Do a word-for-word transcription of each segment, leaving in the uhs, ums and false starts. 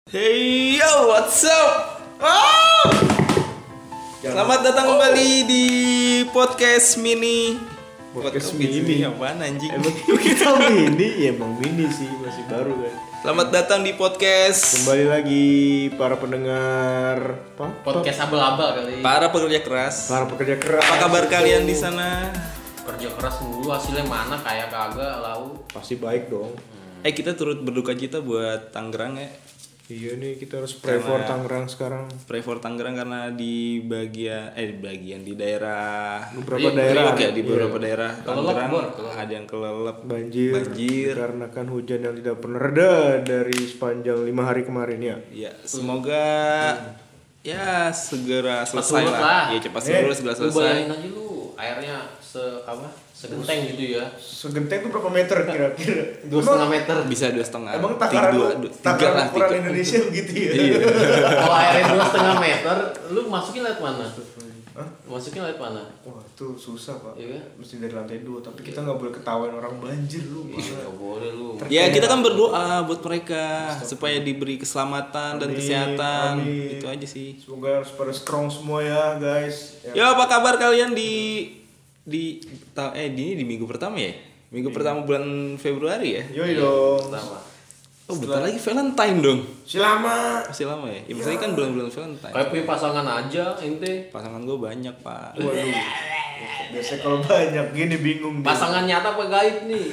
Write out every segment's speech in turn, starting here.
Hey yo, what's up? Oh! Selamat datang kembali di podcast mini. Podcast mini mini apaan anjing? Emang kita mini, ya emang mini sih, masih baru kan. Selamat datang di podcast Kembali lagi para pendengar apa? Podcast abal-abal kali. para pekerja keras. Para pekerja keras. Apa kabar kalian di sana? Kerja keras mulu, hasilnya mana kayak kagak lau. Pasti baik dong. Eh kita turut berduka cita buat Tangerang ya. Iya nih, kita harus pray for Karena- Tangerang sekarang. Pray for Tangerang karena di bagian eh di bagian di daerah Beberapa Iya, daerah Priok ya di beberapa daerah Kelelep, Tangerang Bor, kelelep. ada yang kelelep. Banjir, Banjir. dikarenakan hujan yang tidak pernah reda dari sepanjang lima hari kemarin ya. Ya, semoga ya segera selesai surut lah. lah. Ya cepat surut, Eh, segera Lu selesai. bayangin aja lu, airnya se apa? Segenteng gitu ya. Segenteng tuh berapa meter kira-kira? Dua setengah meter. Bisa dua setengah. Emang tiga, takaran dua, lu- dua, tiga takaran lah, ukuran tiga. Indonesia begitu ya? Iya. Kalau airnya dua setengah meter, lu masukin lewat mana? Hah? Masukin lewat mana? Wah itu susah pak. Iya. Mesti dari lantai dua, tapi kita nggak boleh ketawain orang banjir lu. Iya, nggak boleh lu. Ya kita kan berdoa buat mereka supaya diberi keselamatan dan Amin, kesehatan. amin. Itu aja sih. Semoga harus pada strong semua ya guys. Ya apa kabar kalian di di ta- eh di di minggu pertama ya? Minggu pertama bulan Februari ya? Yoi dong. Pertama. Oh bentar lagi Valentine dong. Selama. Masih lama ya? Ya maksudnya kan bulan-bulan Valentine. Kayak punya pasangan aja ente. Pasangan gue banyak pak. Waduh. Biasanya kalau banyak gini bingung. dia. Pasangan nyata apa gaib nih?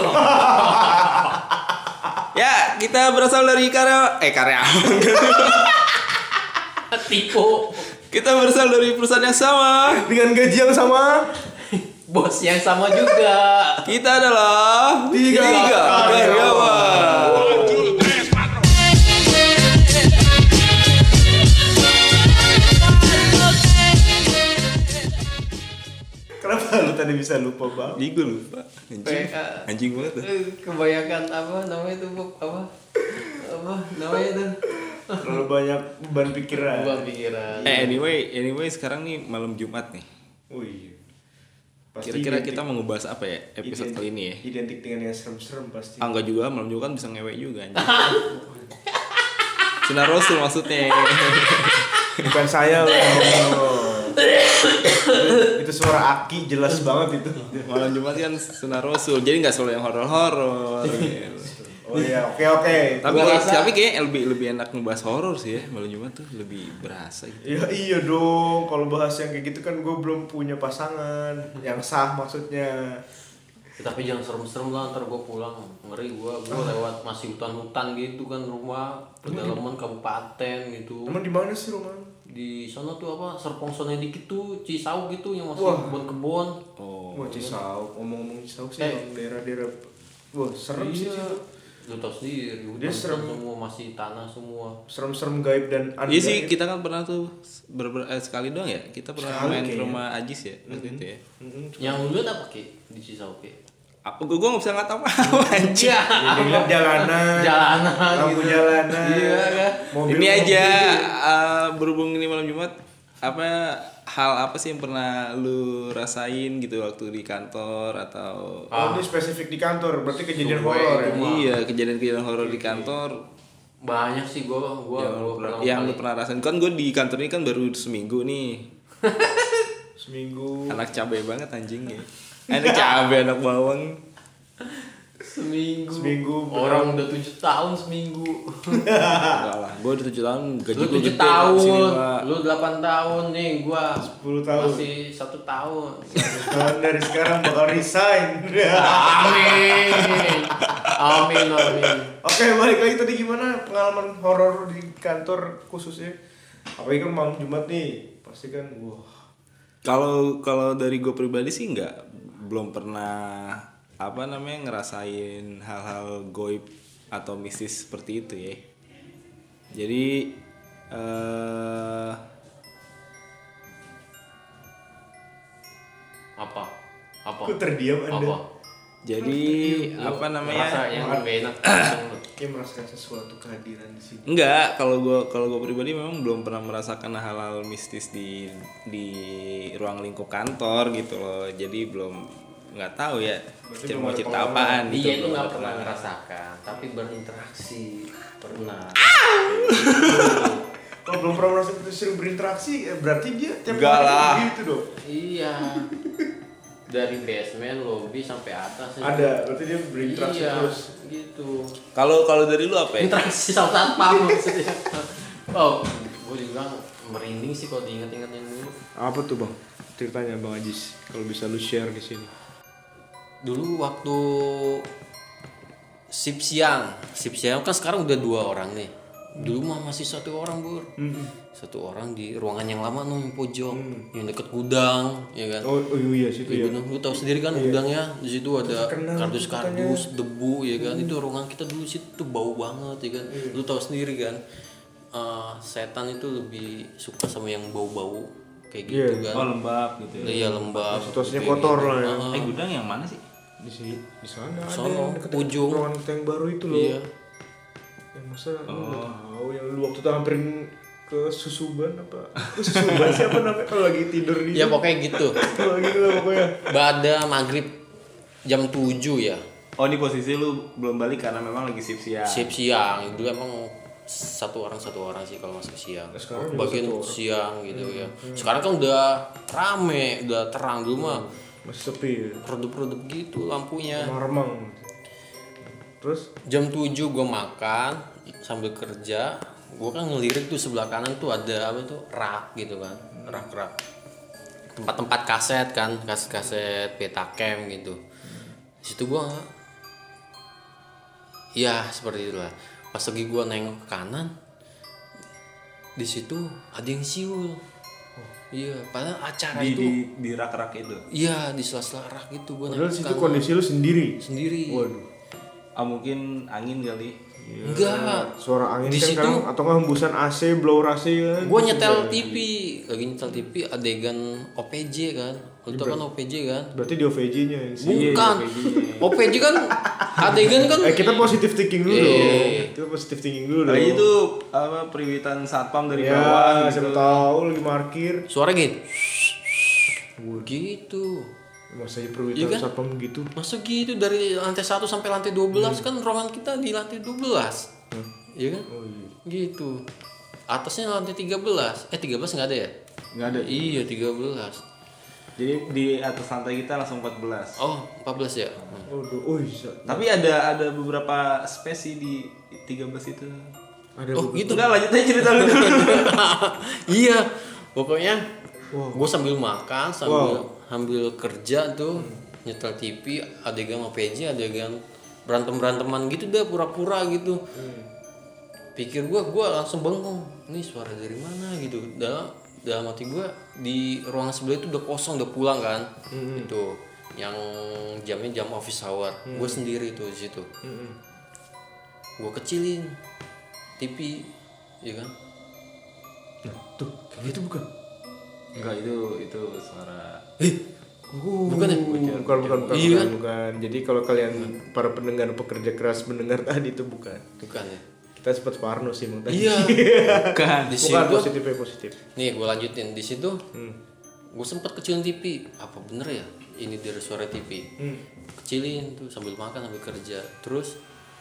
Ya kita berasal dari karya eh karya. Tipu. Kita berasal dari perusahaan yang sama. Dengan gaji yang sama. Bos yang sama juga. Kita adalah Tiga karyawan. Kenapa lu tadi bisa lupa bang? Ih gue lupa. Anjing, P A. anjing banget tuh. Eh, kebanyakan apa namanya tuh Bob? apa apa namanya tuh Terlalu banyak beban pikiran. buang pikiran. Eh anyway, anyway sekarang nih malam Jumat nih. Oh iya. Pasti Kira-kira identik- kita mau ngebahas apa ya episode identik- kali ini ya? Identik dengan yang serem-serem pasti. Ah enggak juga, malam Jumat kan bisa ngewek juga anjing. Sunnah Rasul maksudnya. Bukan saya loh. itu, itu suara Aki jelas banget itu. Malam Jumat kan Sunnah Rasul, jadi nggak selalu yang horor-horor. gitu. Oh iya, oke oke. Tapi Gua kayak, rasa- tapi kayaknya lebih lebih enak ngebahas horor sih ya malam Jumat tuh lebih berasa gitu. Ya iya dong, kalau bahas yang kayak gitu kan gue belum punya pasangan yang sah maksudnya. Ya, tapi jangan serem-serem lah, ntar gue pulang ngeri gue gue lewat masih hutan-hutan gitu kan, rumah pedalaman kabupaten gitu. Emang di mana sih rumah? Di sana tuh apa Serpong Sone dikit tuh Cisauk gitu yang masih Wah. kebon-kebon. Oh. Wah Cisauk, ngomong-ngomong Cisauk sih Eh. emang daerah-daerah. Wah serem sih Iya. itu. Lu tau sendiri, Dia hutan serem. semua masih tanah semua. Serem-serem gaib dan aneh. Iya sih, kita kan pernah tuh ber, ber- eh, sekali doang ya. Kita pernah Sekali main ke kayaknya. rumah Ajis ya waktu itu ya. Yang lu lihat apa Ki di Cisauk Ki? Apa gue gue nggak bisa nggak tahu apa anjing. Iya. Ya, dengan jalanan, Jalanan lampu gitu. jalanan. Iya kan. Mobil, Ini aja mobil. eh, berhubung ini malam Jumat, apa hal apa sih yang pernah lu rasain gitu waktu di kantor atau Oh ini spesifik di kantor, berarti kejadian Suwe, horor ya? rumah. iya kejadian-kejadian horor di kantor Banyak sih gua gua yang, gua lu pernah, pertama yang lu kali. pernah rasain kan gue di kantor ini kan baru seminggu nih Seminggu. anak cabai banget anjingnya anak cabai anak bawang seminggu. Seminggu, Orang udah tujuh tahun seminggu. enggak lah gue udah tujuh tahun gaji Lu gue tujuh gede lah di sini, tahun, Pak. lu delapan tahun nih, gua sepuluh tahun. masih satu tahun. Tahun dari sekarang bakal resign. Amin, amin, amin. Oke, balik lagi tadi gimana pengalaman horor di kantor khususnya? Apalagi kan malam Jumat nih, pasti kan wah. Kalau kalau dari gue pribadi sih nggak belum pernah apa namanya ngerasain hal-hal goib atau mistis seperti itu ya. Jadi eh Apa? Apa? Kok terdiam Anda? Apa? jadi Lu apa namanya? Rasa yang gak enak. Kayak merasakan sesuatu kehadiran di sini. Enggak, kalau gue kalau gue pribadi memang belum pernah merasakan hal-hal mistis di di ruang lingkup kantor gitu loh. Jadi belum nggak tahu ya. Berarti Cerita belum mau ada cerita pengalaman. apaan gitu. Iya itu belum nggak ada pernah pengalaman. ngerasakan, tapi berinteraksi pernah. Kalau belum pernah merasa sering berinteraksi, eh, berarti dia tiap Enggak hari lah. gitu dong. Iya. Dari basement, lobby sampai atas. Ada, berarti dia berinteraksi iya, terus. gitu. Kalau kalau dari lu apa ya? Interaksi sama satpam maksudnya. Oh, gue juga merinding sih kalau diingat-ingat yang dulu. Apa tuh bang? Ceritanya bang Ajis, kalau bisa lu share di sini. Dulu waktu sip siang, sip siang kan sekarang udah dua orang nih. Dulu mah masih satu orang bur, hmm. satu orang di ruangan yang lama nih yang pojok, yang deket gudang, ya kan. Oh, oh iya situ Di ya. gudang, lu tahu sendiri kan gudangnya di situ ada Terkenal kardus-kardus, debu, ya kan. Itu ruangan kita dulu situ bau banget, ya kan. Lu tahu sendiri kan, eh, setan itu lebih suka sama yang bau-bau kayak gitu Iya. kan. Oh lembab gitu ya. Iya lembab. Situasinya kayak kotor gitu. lah ya. Ah, Eh gudang yang mana sih? Di sini, di sana ada Sono, yang deket ujung. ruangan kita yang baru itu loh. Iya. Yang masa lu nggak tahu yang lu waktu itu hampir ke Susuban apa? Ke Susuban siapa namanya kalau lagi tidur di. Ya pokoknya gitu. Kalau gitu lah pokoknya. Pada maghrib jam tujuh ya. Oh ini posisi lu belum balik karena memang lagi sip siang. Sip siang. Dulu emang satu orang satu orang sih kalau masuk siang. Nah, sekarang juga Bagian satu orang. siang gitu ya. Sekarang kan udah rame, udah terang dulu mah. Masih sepi ya. Redup-redup gitu lampunya. Remang-remang. Terus Jam tujuh gue makan sambil kerja. Gue kan ngelirik tuh sebelah kanan tuh ada apa tuh rak gitu kan. Rak-rak. Tempat-tempat kaset kan, kaset-kaset Betacam gitu. Di situ gue ya seperti itulah. Pas lagi gue nengok ke kanan, di situ ada yang siul. Iya, padahal acara Di itu di di rak-rak itu. iya di sela-sela rak itu gue padahal nengok ke situ kanan. kondisi lu sendiri. Sendiri. Waduh. Ah mungkin angin kali. Enggak. Suara angin Di kan situ- kadang atau nggak hembusan A C, blower A C kan. Gue nyetel T V, lagi nyetel T V adegan O P J kan. Lu tau kan O P J kan? Berarti di O V J-nya yang sih. Bukan. O P J kan adegan kan. Eh kita positif thinking dulu Eh. dong. Kita positif thinking dulu dong. Lagi itu apa periwitan satpam dari ya, bawah siapa gitu. tahu lagi parkir. Suara gitu. Gitu. Masa aja perwitan Iya kan? satpam gitu. Masuk gitu dari lantai satu sampai lantai dua belas kan ruangan kita di lantai dua belas. Iya kan? Oh iya. Gitu. Atasnya lantai tiga belas. Eh tiga belas enggak ada ya? Nggak ada. Iya tiga belas. Jadi di atas lantai kita langsung empat belas. Oh empat belas ya? Hmm. Oh, oh iya. Tapi ada ada beberapa spesi di tiga belas itu. Ada Oh beberapa- gitu. Udah lanjut aja cerita lu. Iya. Pokoknya Wow. gue sambil makan sambil Wow. sambil kerja tuh nyetel T V adegan O P J adegan berantem beranteman gitu dah pura-pura gitu. Pikir gue gue langsung bengong. Ini suara dari mana gitu. Dalam dalam hati gue di ruangan sebelah itu udah kosong udah pulang kan. Itu yang jamnya jam office hour. Gue sendiri tuh di situ. Mm-mm. Gue kecilin T V, ya kan? Nah, tuh kayak gitu bukan? Enggak itu itu suara. Oh, Bukan ya? bukan, bukan, bukan, bukan, Iya. bukan, bukan. Jadi kalau kalian para pendengar pekerja keras mendengar tadi itu bukan. Bukan ya? Kita sempat Parno sih emang tadi. Iya. Bukan. Di Bukan situ positif ya positif. nih gue lanjutin di situ. Hmm. Gue sempet kecilin T V. Apa bener ya? Ini dari suara T V. Hmm. Kecilin tuh sambil makan sambil kerja. Terus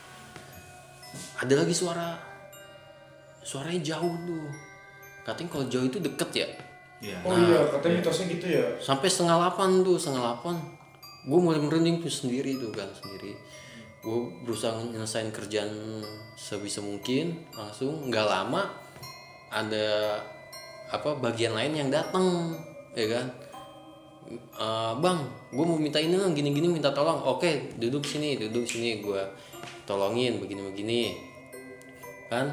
ada lagi suara. Suaranya jauh tuh. Katanya kalau jauh itu deket ya. Iya. Oh iya, katanya mitosnya gitu ya. Sampai setengah delapan tuh, setengah delapan. Gue mulai merinding tuh sendiri tuh kan sendiri. Gue berusaha nyelesain kerjaan sebisa mungkin. Langsung nggak lama ada apa bagian lain yang datang, ya kan? "Eh, bang, gue mau minta ini dong, gini-gini minta tolong. Oke, duduk sini, duduk sini. Gue tolongin begini-begini. Kan?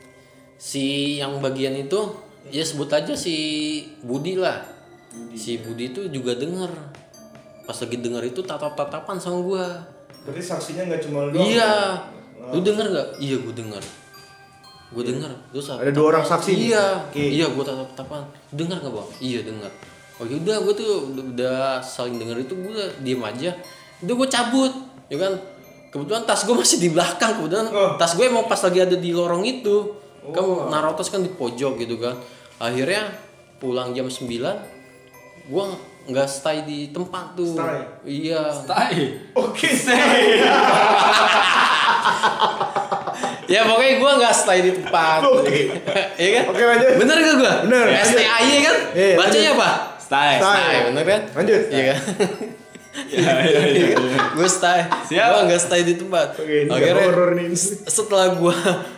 Si yang bagian itu, ya sebut aja si Budi lah. Si Budi itu juga denger. Pas lagi denger itu tatap-tatapan sama gue. Berarti saksinya nggak cuma lu doang. Iya. Lu denger gak? Iya gue denger. Gue denger. Terus Ada dua orang saksi. Iya. Oke. Iya gue tatap-tatapan. Denger gak bang? Iya denger. Oh yaudah gue tuh udah saling denger itu gue diem aja. Udah gue cabut. Ya kan. Kebetulan tas gue masih di belakang. Kebetulan Oh. tas gue emang pas lagi ada di lorong itu. Kan naruh tas kan di pojok gitu kan. Akhirnya pulang jam sembilan. Gue nggak stay di tempat tuh. Stay? Iya. Tai. Oke, stay. Ya pokoknya gue nggak stay di tempat. Oke. Iya kan? Oke, lanjut. Bener gak gue? Bener, S T A Y kan? Iya, Bacanya apa? Stay. Stay. Stay, bener kan? Lanjut. Iya kan? Ya, ya, ya, ya. Gue stay. Siap. Gue nggak stay di tempat. Oke, ini Akhirnya horor nih. setelah gue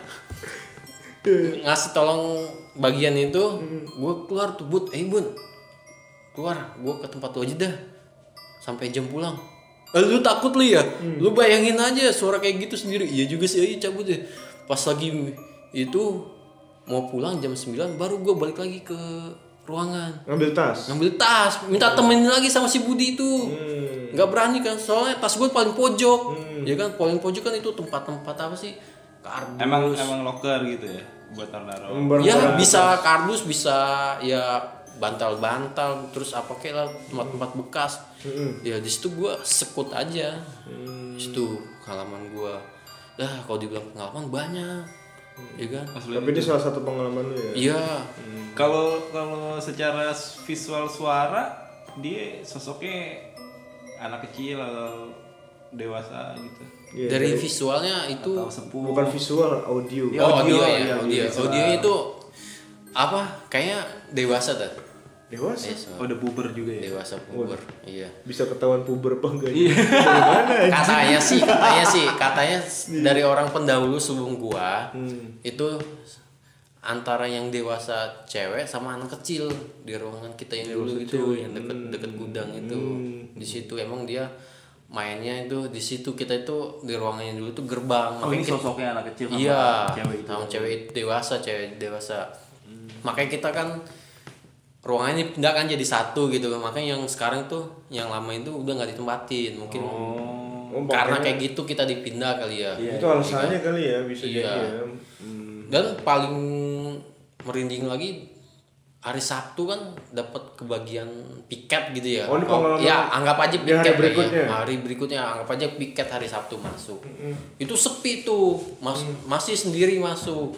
ngasih tolong bagian itu, gue keluar tuh Bud, eh Bun, keluar, gue ke tempat lu aja dah, sampai jam pulang. Eh, lu takut lu ya? Hmm. Lu bayangin aja suara kayak gitu sendiri. Iya juga sih, ayo cabut deh. Pas lagi itu mau pulang jam sembilan, baru gue balik lagi ke ruangan. Ngambil tas. Ngambil tas, minta temenin lagi sama si Budi itu. Hmm. Nggak berani kan, soalnya tas gue paling pojok. Hmm. Ya kan, paling pojok kan itu tempat-tempat apa sih? Kardus. Emang emang locker gitu ya buat naruh. Ya bisa kardus, bisa ya bantal-bantal, terus apa kayak lah tempat-tempat bekas. Mm-hmm. Ya di situ gue sekut aja. Mm. Di situ halaman gue. Dah kalau dibilang pengalaman banyak, mm. ya kan. Tapi ini salah satu pengalaman lu ya. Iya. Kalau mm. kalau secara visual suara dia sosoknya anak kecil atau dewasa gitu. Yeah, dari, dari visualnya itu bukan visual, audio. Ya, audio, audio ya, ya, audio. Audio, audio itu apa? Kayaknya dewasa tuh. Dewasa? Yes, oh, udah puber juga ya. Dewasa puber, oh, iya. Bisa ketahuan puber apa enggak? Iya. Katanya sih, katanya sih, katanya dari orang pendahulu sebelum gua hmm. itu antara yang dewasa cewek sama anak kecil di ruangan kita yang dulu itu, yang deket-deket gudang itu. Hmm. Di situ emang dia mainnya itu di situ, kita itu di ruangan yang dulu itu gerbang. Oh, ini sosoknya anak kecil sama iya, cewek itu. Sama cewek dewasa, cewek dewasa. Hmm. Makanya kita kan ruangannya pindah kan jadi satu gitu. Makanya yang sekarang tuh yang lama itu udah nggak ditempatin. Mungkin oh, karena kayak gitu kita dipindah kali ya. Iya, itu alasannya kan? Kali ya bisa iya. jadi ya. Hmm. Dan paling merinding lagi hari Sabtu kan dapat kebagian piket gitu ya. Oh, ini pengalaman ya anggap aja piket hari berikutnya. Ya. Hari berikutnya anggap aja piket hari Sabtu masuk. Mm-hmm. Itu sepi tuh, Mas, mm. masih sendiri masuk.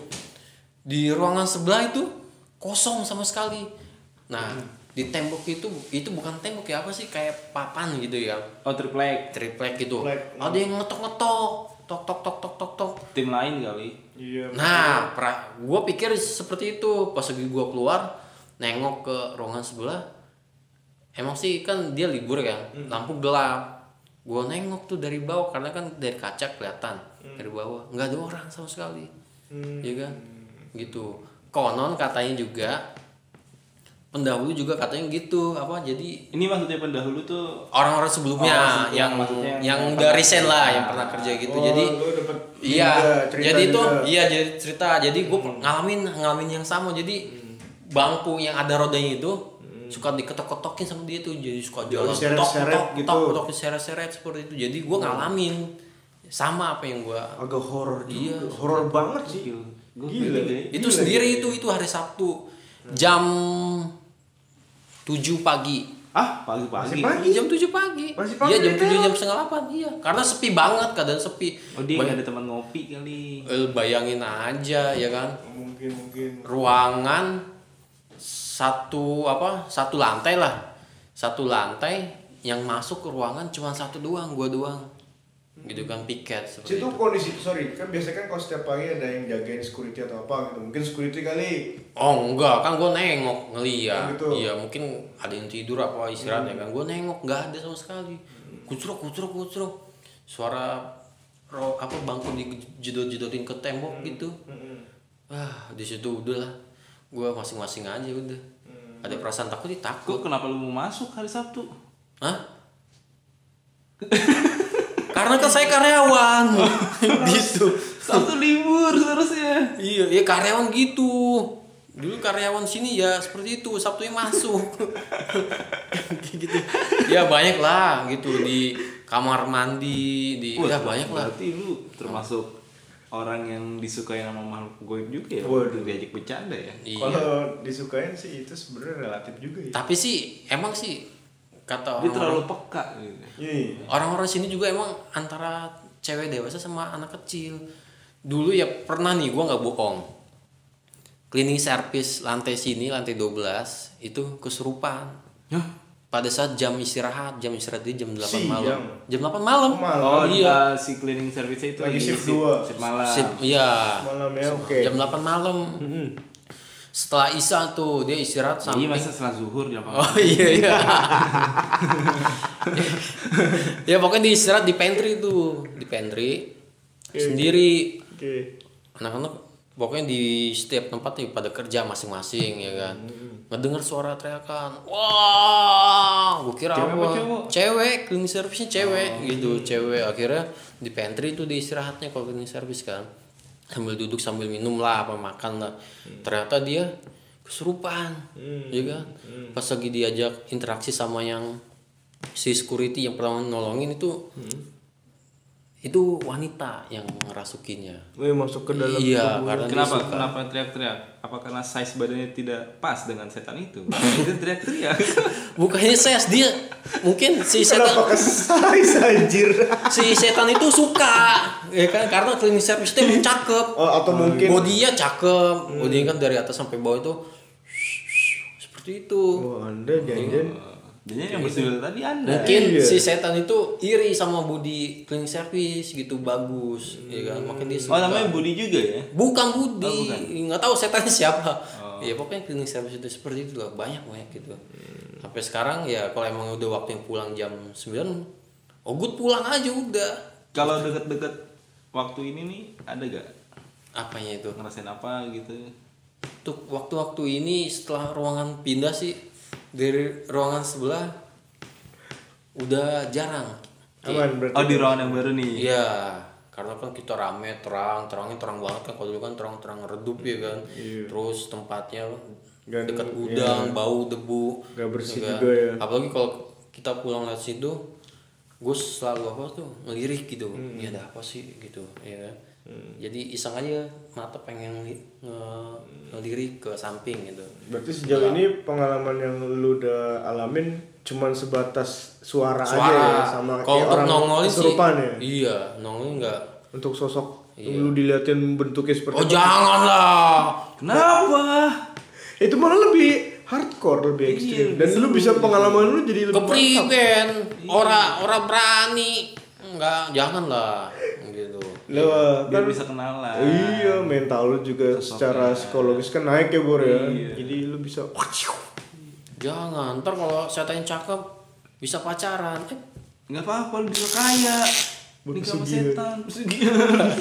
Di ruangan sebelah itu kosong sama sekali. Nah, mm. di tembok itu itu bukan tembok ya, apa sih, kayak papan gitu ya. Oh, triplek. Triplek gitu. Triplek. Ada yang ngetok-ngetok. Tok tok tok tok tok tok. Tim lain kali. Iya. Nah, pra, gue pikir seperti itu. Pas lagi gue keluar nengok ke ruangan sebelah, emang sih kan dia libur kan, hmm. lampu gelap. Gue nengok tuh dari bawah karena kan dari kaca kelihatan hmm. dari bawah nggak ada orang sama sekali, hmm. ya kan, gitu. Konon katanya juga pendahulu juga katanya gitu apa, jadi ini maksudnya pendahulu tuh orang-orang sebelumnya oh, yang yang, yang udah resign lah, yang pernah kerja gitu. Oh, jadi iya, jadi itu iya jadi cerita. Jadi gue hmm. ngalamin ngalamin yang sama. Jadi bangku yang ada rodanya itu hmm. suka diketok-ketokin sama dia tuh, jadi suka jalan tok-tok gitu, tok-tok seret-seret seperti itu. Jadi gue ngalamin sama apa yang gue agak horor juga. Iya, horor banget sih. Gila. Gila. Itu Gila, sendiri gila. itu itu hari Sabtu jam tujuh pagi. Ah, pagi-pagi. Masih pagi. Jam tujuh pagi. Masih pagi. Iya, jam tujuh jam setengah delapan. Iya. Karena sepi banget, keadaan sepi. Oh, dia enggak ada teman ngopi kali. Eh, bayangin aja ya kan. Mungkin mungkin. Ruangan satu apa satu lantai lah, satu lantai yang masuk ke ruangan cuma satu doang, gua doang, gitu kan, piket seperti itu. Itu kondisi, sorry, kan biasanya kan kalau setiap pagi ada yang jagain security atau apa gitu, mungkin security kali. Oh enggak, kan gua nengok ngeliat, gitu. Iya mungkin ada yang tidur apa istirahat hmm. ya kan, gua nengok nggak ada sama sekali, kucruk kucruk kucruk, suara ro, apa bangku dijedot-jedotin ke tembok hmm. gitu, hmm. ah di situ udah lah. Gue masing-masing aja udah. Hmm. Ada perasaan takut, ya takut. Kok kenapa lu mau masuk hari Sabtu? Hah? Karena kan saya karyawan. Gitu. Sabtu libur seharusnya. Iya, ya karyawan gitu. Dulu karyawan sini ya seperti itu, Sabtunya masuk. Gitu. Ya banyak lah gitu, di kamar mandi, di Wah, ya banyak lah. Berarti lu termasuk orang yang disukai sama makhluk goib juga ya? Waduh, diajak bercanda ya? Iya. Kalau disukain sih itu sebenarnya relatif juga ya. Tapi sih emang sih kata orang, dia terlalu peka gitu. Iya. Orang-orang sini juga emang antara cewek dewasa sama anak kecil. Dulu ya pernah nih, gua nggak bohong. Cleaning service lantai sini, lantai dua belas itu kesurupan. Hah? pada saat jam istirahat, jam istirahat di jam delapan Siang. malam. Jam delapan malam. Malam. Oh iya. iya, si cleaning service itu Lagi ini shift dua. shift malam. Sip, iya. Malam ya, oke. Jam delapan malam. Setelah Isya tuh dia istirahat Iya sampai masa setelah zuhur jam Oh iya iya. Ya pokoknya dia istirahat di pantry tuh, di pantry sendiri. Oke. Anak-anak pokoknya di setiap tempat ya pada kerja masing-masing ya kan. Ngedengar suara teriakan. Wah, gua kira Cewek apa apa? cowok? Cewek, cleaning service-nya cewek gitu, cewek. Akhirnya di pantry tuh dia istirahatnya kalau cleaning service kan. Sambil duduk sambil minum lah apa makan lah. Ternyata dia kesurupan. Ya kan? Pas lagi diajak interaksi sama yang si security yang pernah nolongin itu itu wanita yang ngerasukinnya. Wih, masuk ke dalam Iya, tubuh. karena dia Kenapa? suka. Kenapa teriak-teriak? Apa karena size badannya tidak pas dengan setan itu? Itu teriak-teriak. Bukannya ses dia mungkin si setan Kenapa ke-size anjir? si setan itu suka ya kan karena cleaning service itu emang cakep. Oh, atau mungkin Bodinya cakep. Bodinya kan dari atas sampai bawah itu seperti itu. oh, Anda jangan Jadi yang bersiul tadi Anda. Mungkin Iya. si setan itu iri sama body cleaning service gitu bagus, ya kan? Makanya dia suka. Oh namanya Budi juga ya? Bukan Budi, Oh, bukan. nggak tahu setannya siapa. Ya pokoknya cleaning service itu seperti itu lah, banyak banyak gitu. Sampai sekarang ya kalau emang udah waktu yang pulang jam sembilan, oh good pulang aja udah. Kalau deket-deket waktu ini nih ada gak Apanya itu? ngerasain apa gitu? Untuk waktu-waktu ini setelah ruangan pindah sih dari ruangan sebelah udah jarang. aman berarti. Oh di ruangan yang baru nih. Iya, karena kan kita rame, terang, terangnya terang banget kan. Kalau dulu kan terang-terang redup ya kan. Terus tempatnya Gak- dekat gudang, bau debu. Gak bersih kan? juga ya. Apalagi kalau kita pulang lewat situ, gue selalu apa tuh ngelirik gitu. Ini ada apa sih gitu, ya kan. Jadi iseng aja mata pengen li- nge- ngelirik ke samping gitu. Berarti sejauh ini pengalaman yang lu udah alamin cuman sebatas suara, aja Suara, ya sama kalau kayak untuk orang nongolin sih, kesurupan ya. iya, nongolin enggak. Untuk sosok lu diliatin bentuknya seperti Oh apa. janganlah. Kenapa? Itu malah lebih hardcore, lebih ekstrim. Dan lu bisa pengalaman lu jadi lebih mantap. Kepriben, ora ora berani. Enggak, janganlah gitu. Lu Biar kan bisa kenalan. iya, mental lu juga secara psikologis kan naik ya, Bor ya. Iya. Jadi lu bisa Jangan, ntar kalau setan cakep bisa pacaran. Eh, Nggak apa-apa, lu bisa kaya. Nikah sama Pesugihan. setan. Pesugihan.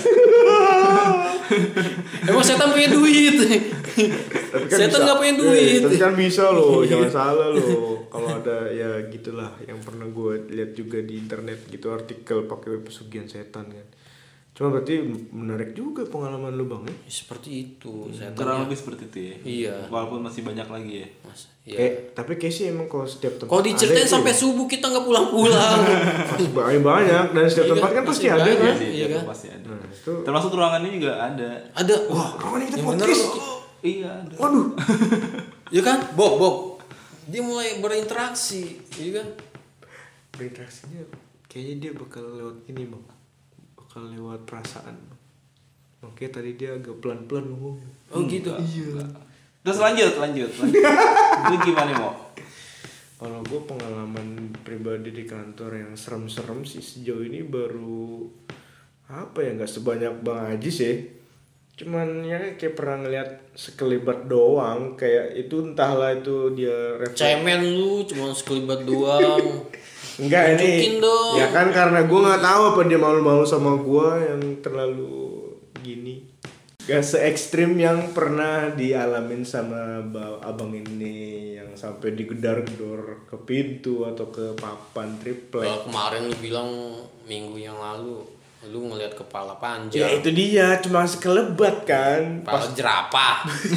emang setan punya duit. Tapi kan Setan bisa- nggak punya eh, duit. tapi kan bisa loh, jangan salah loh. Kalau ada ya gitulah yang pernah gue lihat juga di internet gitu artikel pakai pesugihan setan kan. Cuma berarti menarik juga pengalaman lu bang ya. Seperti itu, setan. Kurang lebih seperti itu ya. Iya. Walaupun masih banyak lagi ya. Mas, iya. Kayak, tapi kayak sih emang kalau setiap tempat Kalau diceritain ada itu sampai ya. subuh kita nggak pulang-pulang. Masih banyak banyak dan setiap Iya, tempat kan masih pasti ada banyak. kan. Iya, Iya itu kan? pasti ada. Nah, itu Termasuk ruangannya juga ada. Ada. wah, ruangan kita Yang bener podcast. loh. Iya, ada. Waduh. Ya kan? Bob, Bob. Dia mulai berinteraksi, iya kan? Berinteraksinya kayaknya dia bakal lewat ini bang, bakal lewat perasaan bang. Oke tadi dia agak pelan-pelan ngomong. Oh gitu. Iya. Terus lanjut, lanjut. lanjut. Lu gimana mau? Kalau gue pengalaman pribadi di kantor yang serem-serem sih sejauh ini baru apa ya, nggak sebanyak Bang Aji sih. Cuman ya kayak pernah ngeliat sekelibat doang, kayak itu entahlah itu dia refleks. Cemen lu cuma sekelibat doang. Enggak ini. Tunjukin dong. Ya kan karena gue nggak tahu apa dia malu-malu sama gue yang terlalu gini. Gak se ekstrim yang pernah dialamin sama ba- abang ini yang sampai digedor-gedor ke pintu atau ke papan triplek. Kalau kemarin lu bilang minggu yang lalu lu ngelihat kepala Ya panjang, itu dia, cuma sekelebat kan. kepala Pas jerapah.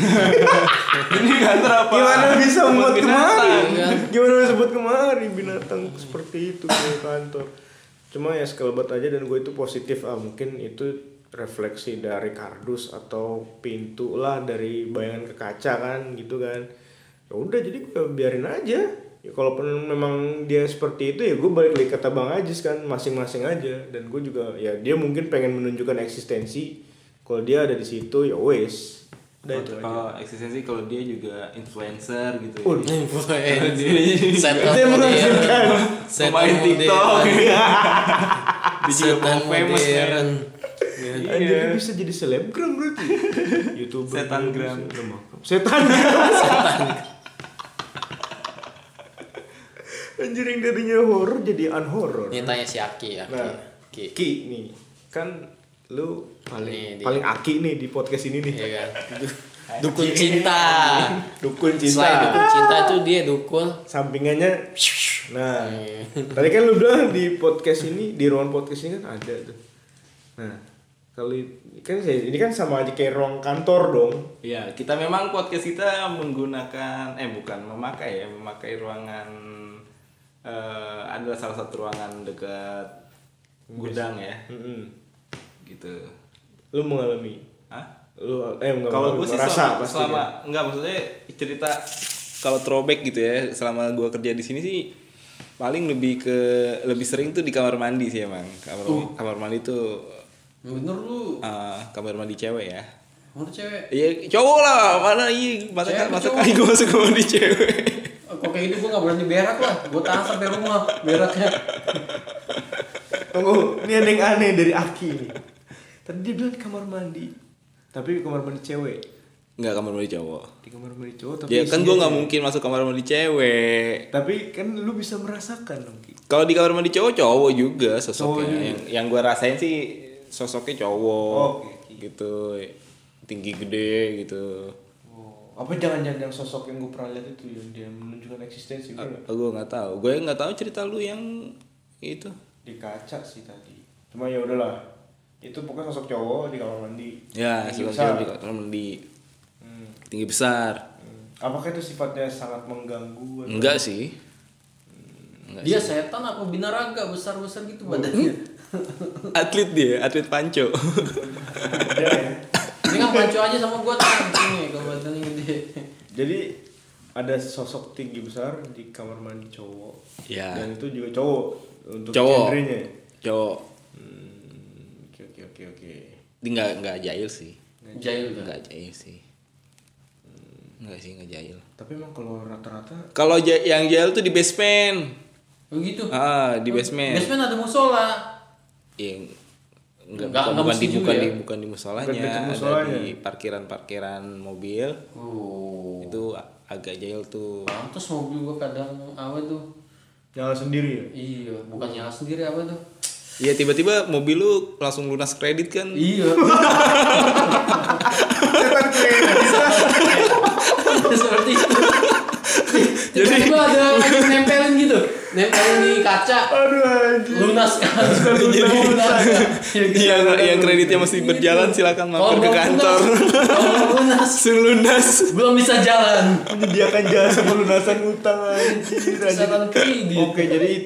Ini kantor apa? gimana bisa muat kemari? kan? Gimana bisa buat kemari binatang seperti itu di kantor? Cuma ya sekelebat aja dan gue itu positif ah, mungkin itu refleksi dari kardus atau pintu lah dari bayangan ke kaca kan gitu kan. Ya udah jadi gue biarin aja. Ya kalaupun memang dia seperti itu ya gue balik lagi kata Bang Ajis kan, masing-masing aja. Dan gue juga ya dia mungkin pengen menunjukkan eksistensi. Kalau dia ada di situ ya wes Udah itu aja. Oh, eksistensi kalau dia juga influencer gitu. Oh, Ya. Influencer, setan Itu yang modern, menghasilkan setan Pemain TikTok. modern, Dia juga setan mau famous modern. Iya. Anjir dia bisa jadi selebgram berarti. YouTuber. Setan gram. Setan gram. Anjir yang tadinya horor jadi unhorror. Ini tanya si Aki ya. Nah, Ki. Ki nih kan lu paling Nih, dia. paling aki nih di podcast ini nih. Iya kan. Dukun cinta. Dukun cinta. Selain dukun cinta itu dia dukun. Sampingannya nah Iya. tadi kan lu bilang di podcast ini di ruang podcast ini kan ada tuh. Nah kalau kan saya- ini kan sama aja kayak ruang kantor dong. Ya, kita memang podcast kita menggunakan eh bukan memakai ya, memakai ruangan eh, adalah salah satu ruangan dekat gudang ya. Mm-mm. Gitu. Lu mengalami Hah? lu eh enggak Kalau gue sih selama, pasti selama kan? enggak maksudnya cerita kalau throwback gitu ya, selama gue kerja di sini sih paling lebih ke lebih sering tuh di kamar mandi sih emang. Kamar kamar mandi tuh Bener lu. eh, kamar mandi cewek ya. Mana cewek? Iya, cowok lah, mana iya masa Cewek, masa cowok. kali gue masuk kamar mandi cewek. Kok kayak gitu gue gak berani berak lah. Gue tahan sampai rumah beraknya. Tunggu, ini ada yang aneh dari Aki nih. Tadi dia bilang kamar mandi. Tapi kamar mandi cewek. Enggak, kamar mandi cowok. Di kamar mandi cowok tapi Ya kan isinya gue nggak cewek. mungkin masuk kamar mandi cewek. Tapi kan lu bisa merasakan dong Ki. Kalau di kamar mandi cowok cowok juga Cowok sosoknya. juga. Yang yang gue rasain sih sosoknya cowok. Oh, oke, oke. Gitu. Tinggi gede gitu. Oh, apa jangan-jangan yang sosok yang gue pernah lihat itu yang dia menunjukkan eksistensi gue Gue nggak tahu. Gue nggak tahu cerita lu yang itu. di kaca sih tadi. Cuma ya udahlah. Itu pokoknya sosok cowok di kamar mandi. Ya, Tinggi sosok besar. cowok di kamar mandi. Hmm. Tinggi besar. Hmm. Apakah itu sifatnya sangat mengganggu? atau- Enggak sih. Enggak Dia sih. setan apa binaraga besar-besar gitu badannya. Atlet dia, atlet panco. Ada ya. Ini kan pancu aja sama gue tuh. Ini kalau badannya gede. Jadi ada sosok tinggi besar di kamar mandi cowok. Ya. Dan itu juga cowok untuk Cowok. genrenya. Cowok. Hmm, Oke oke oke oke. Dia nggak nggak jahil sih. Jahil kan. Nggak jahil sih. Nggak sih nggak jahil. Tapi emang kalau rata-rata Kalau ja- yang jahil tuh di basement. Oh gitu. Ah, di basement. Basement ada musola. Yang enggak, Nggak- bukan, nggak bukan mesti di juga bukan ya? di bukan di musolanya, Bukan dekat ada musolanya. di parkiran-parkiran mobil. Oh. Itu a- agak jahil tuh. Pantes mobil gue kadang apa tuh? nyala sendiri ya. Iya, bukan nyala sendiri apa tuh? Iya, tiba-tiba mobil lu langsung lunas kredit kan. Iya. Seperti itu. Tiba-tiba ada yang nempelin gitu, nempelin di kaca. Aduh anjir. Lunas kan? Jadi lunas. yang yang kreditnya masih berjalan silakan mampir ke Kalau kantor. Kalau lunas, Langsung lunas. belum bisa jalan. Menyediakan jasa pelunasan utang anjir. anjir. Setan kredit. Oke, jadi itu.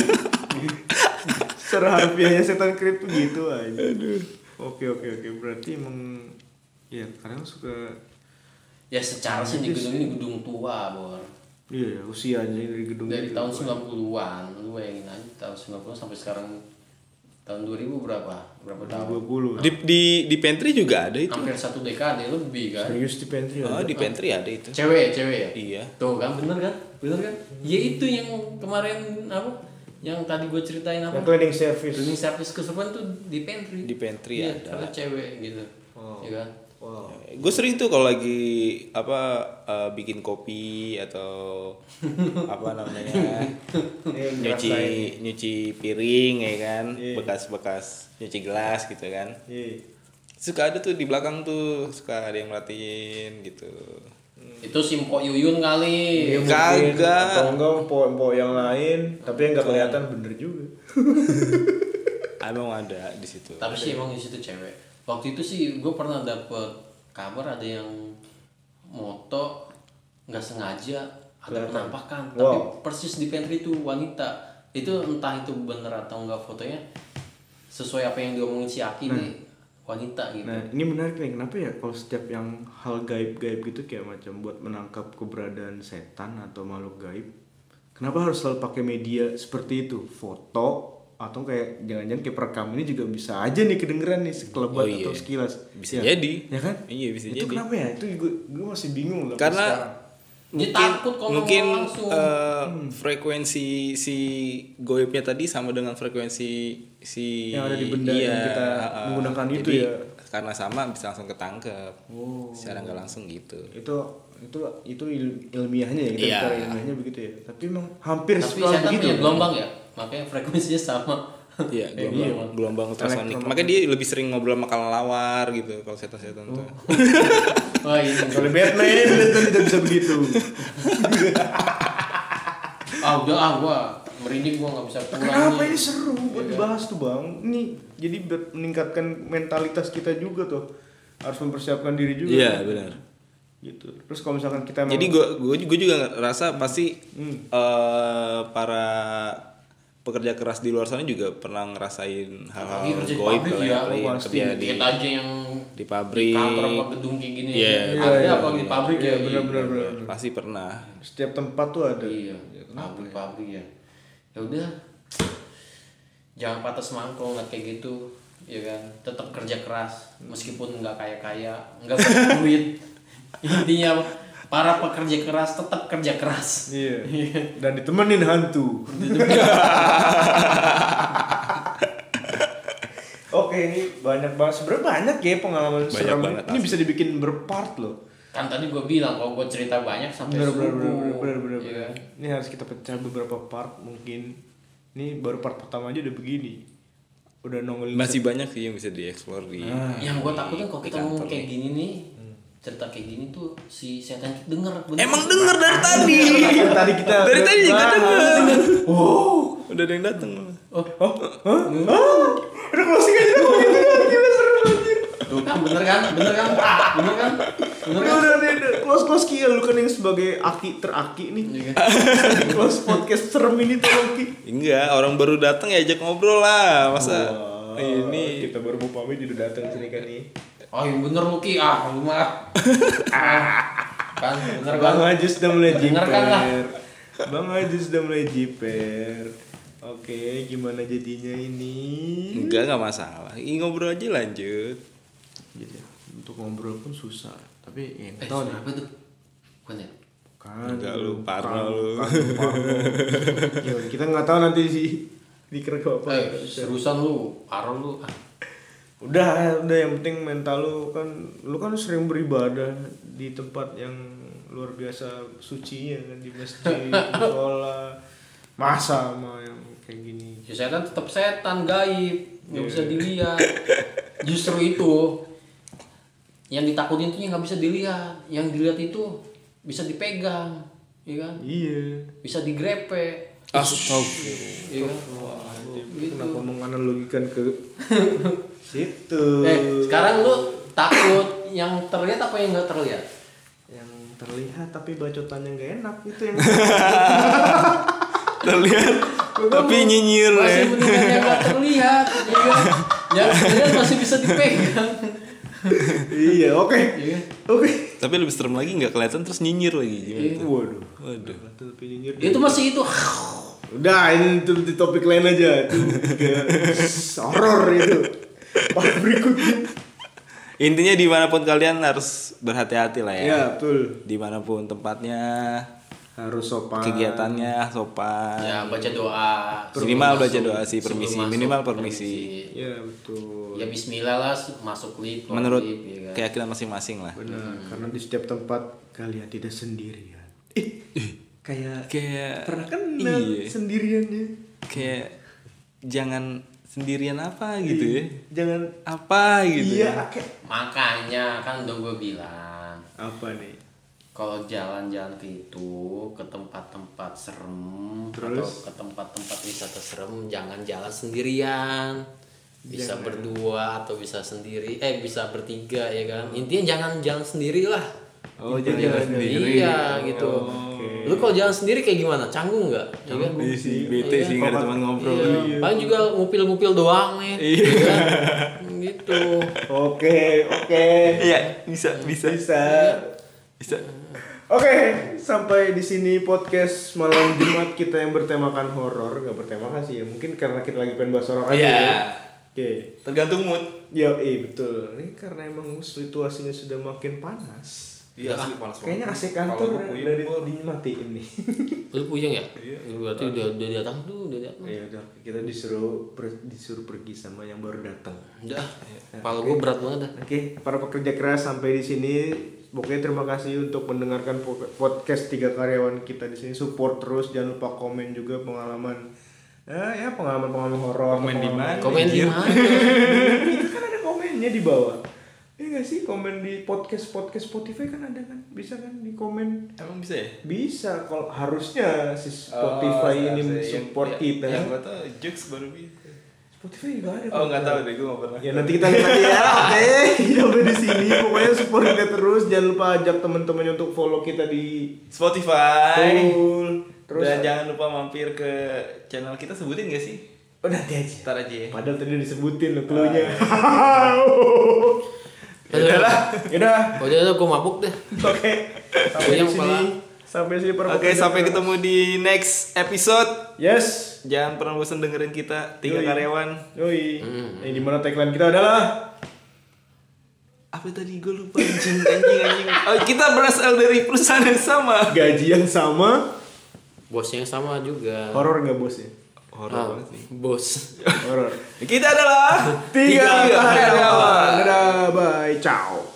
Secara harfiahnya setan kredit tuh gitu aja. Oke oke oke. Berarti emang ya kadang suka Ya secara sih di gedung ini gedung tua, Bor. iya ya, usianya dari gedung Dari itu. tahun sembilan puluhan, lu bayangin aja tahun sembilan puluhan sampai sekarang tahun dua ribu berapa? Berapa dua tahun? puluh. Di di di pantry juga ada itu. Hampir satu dekade lebih kan? Serius di pantry Oh, ada. di pantry ada itu. Cewek, cewek ya? Iya. Tuh kan bener kan? Bener kan? Ya itu yang kemarin apa? Yang tadi gue ceritain apa? Yang cleaning service. Cleaning service kesurupan tuh di pantry. Di pantry Iya, ada. karena cewek gitu. Wow. Ya kan? Wow. Gue sering tuh kalau lagi apa eh, bikin kopi atau apa namanya Ini nyuci ngerasain. nyuci piring ya kan, Iya. bekas-bekas nyuci gelas gitu kan. Iya. Suka ada tuh di belakang tuh, suka ada yang merhatiin gitu. Itu si Mpok Yuyun kali. Iya, mungkin. Kagak. Atau enggak empok-empok yang lain, tapi yang enggak kelihatan bener juga. Emang ada di situ. Tapi sih emang di situ cewek. Waktu itu sih gue pernah dapet kabar ada yang moto nggak sengaja ada Kelihatan. penampakan, Wow. tapi persis di pantry itu wanita. Itu entah itu bener atau enggak fotonya sesuai apa yang diomongin si Aki nih, wanita gitu. Nah, ini menarik nih. Kenapa ya kalau setiap yang hal gaib-gaib gitu kayak macam buat menangkap keberadaan setan atau makhluk gaib, kenapa harus selalu pakai media seperti itu? Foto, atau kayak jangan-jangan kayak perekam ini juga bisa aja nih kedengeran nih sekelebat Oh, iya. atau sekilas. Bisa ya. jadi. Ya kan? Iya, bisa itu jadi. kenapa ya? Itu gue gue masih bingung loh. Karena Dia mungkin takut kalau mungkin ngomong langsung. eh, frekuensi si goibnya tadi sama dengan frekuensi si Yang ada di benda iya, yang kita uh, menggunakan itu jadi, ya. karena sama bisa langsung ketangkep. Oh. Secara nggak langsung gitu. itu itu itu il- ilmiahnya ya kita Iya. bicara ilmiahnya begitu ya. Tapi emang hampir Tapi selalu setan begitu. punya gelombang ya, makanya frekuensinya sama. Iya, gelombang, gelombang ultrasonik. Elektromagnetik. Makanya dia lebih sering ngobrol sama kelelawar gitu kalau setan-setan tuh. Wah ini. Kalau Batman Batman tidak bisa begitu. Ah udah ah gua merinding gua nggak bisa pulang. Kenapa nih. ini seru buat dibahas tuh bang? Ini jadi buat meningkatkan mentalitas kita juga tuh. Harus mempersiapkan diri juga. Iya, kan? benar. Gitu. Terus kalau misalkan kita emang Jadi gue gue juga rasa pasti Hmm. eh, para pekerja keras di luar sana juga pernah ngerasain hal-hal Apalagi kerja di goib pabrik kali ya, apalagi oh, yang pasti. kerja di Lihat aja yang di pabrik. kantor apa gedung kayak gini. Iya, ada iya, apa di pabrik Iya, ya. benar-benar benar. Pasti pernah. Setiap tempat tuh ada. Iya, pabrik-pabrik ya. Ya udah. Jangan patah semangat kalau ngeliat kayak gitu, ya kan. Tetap kerja keras meskipun nggak kaya-kaya, nggak banyak duit. Intinya para pekerja keras tetap kerja keras. Iya. Dan ditemenin hantu. Oke, ini banyak banget. Sebenarnya banyak ya pengalaman Banyak serem. banget, Ini asli. bisa dibikin berpart loh. Kan tadi gue bilang kalau gue cerita banyak sampai Bener subuh. bener bener bener bener. Iya bener. kan? Ini harus kita pecah beberapa part mungkin. Ini baru part pertama aja udah begini. Udah nongolin. Masih banyak sih yang bisa dieksplor di. Yang gue takutin kalau kita Di ngomong kantor kayak nih. gini nih, cerita kayak gini tuh si setan itu denger. bener. Emang denger dari tadi. Dari tadi kita Dari tadi juga bahas. denger. Wow, udah ada yang datang. Oh, oh, hah? Ah, udah closing aja dong. Gila seru anjir. Tuh kan bener kan, bener kan, bener kan, bener Udah kan. udah udah, udah. close close Ki, lu kan yang sebagai aki teraki nih. Iya kan? Close podcast serem ini tuh Ki. Enggak, orang baru datang ya ajak ngobrol lah. Masa Wah, ini kita baru mau pamit udah datang sini kan nih. Oh yang bener lu Ki, ah lu mah. Kan bener kan. Bang Haji sudah mulai Bener kan lah. jiper. Bang Haji sudah mulai jiper. Oke, gimana jadinya ini? enggak enggak masalah. Ini ngobrol aja lanjut. Jadi untuk ngobrol pun susah. Tapi ya Eh, nggak tahu nih. apa tuh? Bukan ya? Kan, Enggak, lu bukan, parno lu. bukan, parno. Ya, kita nggak tahu nanti sih dikira apa. Eh, seriusan lu, parah lu. Ah, Udah, udah yang penting mental lu kan, lu kan sering beribadah di tempat yang luar biasa sucinya kan di masjid, musola, masa sama yang kayak gini. Si setan tetap setan gaib, nggak bisa dilihat. Justru itu yang ditakutin tuh yang nggak bisa dilihat, yang dilihat itu bisa dipegang, ya kan? Iya. Bisa digrepe, Astagfirullah. ya kan? Gitu. Kenapa menganalogikan ke situ? Eh, sekarang lu takut yang terlihat apa yang nggak terlihat? Yang terlihat tapi bacotannya nggak enak itu yang. Terlihat tapi nyinyir Masih ya. mendingan yang nggak terlihat, ya kan? Yang terlihat masih bisa dipegang. Iya, oke. Iya. Oke. Tapi lebih serem lagi nggak kelihatan terus nyinyir lagi gimana tuh? Waduh. Waduh. Tapi nyinyir. Itu masih itu. Udah, ini tuh di topik lain aja. Itu kayak horor itu. Part berikutnya. Intinya dimanapun kalian harus berhati-hati lah ya. Ya, betul. Dimanapun tempatnya, Harus sopan. kegiatannya sopan. Ya baca doa. Minimal sebelum baca masuk- doa sih, sebelum permisi. masuk, Minimal permisi. Ya, betul. Ya Bismillah lah masuk lift. keluar Menurut lift, ya kan? keyakinan masing-masing lah. Benar, karena di setiap tempat kalian tidak sendirian. Eh, kayak Kayak pernah kenal iya. sendiriannya. Kayak jangan sendirian apa gitu ya. Jangan Apa gitu. iya, ya. kayak Makanya kan udah gue bilang apa nih? kalau jalan-jalan ke itu ke tempat-tempat serem Terus? atau ke tempat-tempat wisata serem jangan jalan sendirian. Bisa Jangan. berdua atau bisa sendiri, eh bisa bertiga ya kan. Intinya jangan jalan sendiri lah. Oh, Gitu. jadi Jalan ada. sendiri. Iya gitu. Oke. Lu kalau jalan sendiri kayak gimana? Canggung nggak? Ya kan? Iya sih, bete Iya. sih nggak ada teman ngobrol. Iya. Paling juga ngupil-ngupil doang nih. Iya. Ya kan? Gitu. Oke, oke. Iya, bisa, bisa. Bisa. Bisa. Oke, sampai di sini podcast malam Jumat kita yang bertemakan horor, nggak bertemakan sih ya, mungkin karena kita lagi pengen bahas horor aja. Iya. Ya. Oke. Tergantung mood. Ya, iya betul. Ini karena emang situasinya sudah makin panas. Iya, asli panas banget. Kayaknya A C kantor Kalau gua dari puyeng, dimatiin nih. Lu puyeng ya? Iya. Berarti udah udah datang tuh, udah datang. Ya udah, kita disuruh per- disuruh pergi sama yang baru datang. Udah. Kepala gue berat banget dah. Oke, para pekerja keras sampai di sini. Pokoknya terima kasih untuk mendengarkan po- podcast tiga karyawan kita di sini. Support terus, jangan lupa komen juga pengalaman. Ya, ya pengalaman-pengalaman horor. Komen di mana? Komen di mana? Itu kan ada komennya di bawah. Iya nggak sih, komen di podcast podcast Spotify kan ada kan, bisa kan di komen. Emang bisa ya? Bisa, kalau harusnya si Spotify Oh, ini harusnya. support Yang- kita. Yang gua tau Jux baru bisa. Spotify juga ada. Oh nggak Pak. tahu deh, gue nggak pernah. Ya nanti kita lihat aja ya. Oke, sampai di sini. Pokoknya support kita terus. Jangan lupa ajak teman-temannya untuk follow kita di Spotify. Betul. Terus Dan jangan lupa mampir ke channel kita, sebutin gak sih? oh nanti aja. Ntar aja ya. Padahal tadi udah disebutin loh clue-nya. Udah lah. Yaudah. Udah udah gue mabuk deh. Oke. Sampai Puyeng di sini. kepala. Sampai sini para Oke, pekerja sampai keras. ketemu di next episode. Yes. Jangan pernah bosan dengerin kita, tiga Yoi. karyawan. Yoi. Hmm. Ini dimana tagline kita adalah Apa tadi gue lupa anjing anjing anjing. Oh, kita berasal dari perusahaan yang sama. gaji yang sama. Bosnya yang sama juga. Horor nggak bos ya? Horor Ah, banget nih. bos. Horor. Kita adalah Tiga tiga karyawan. karyawan. Dadah, bye, ciao.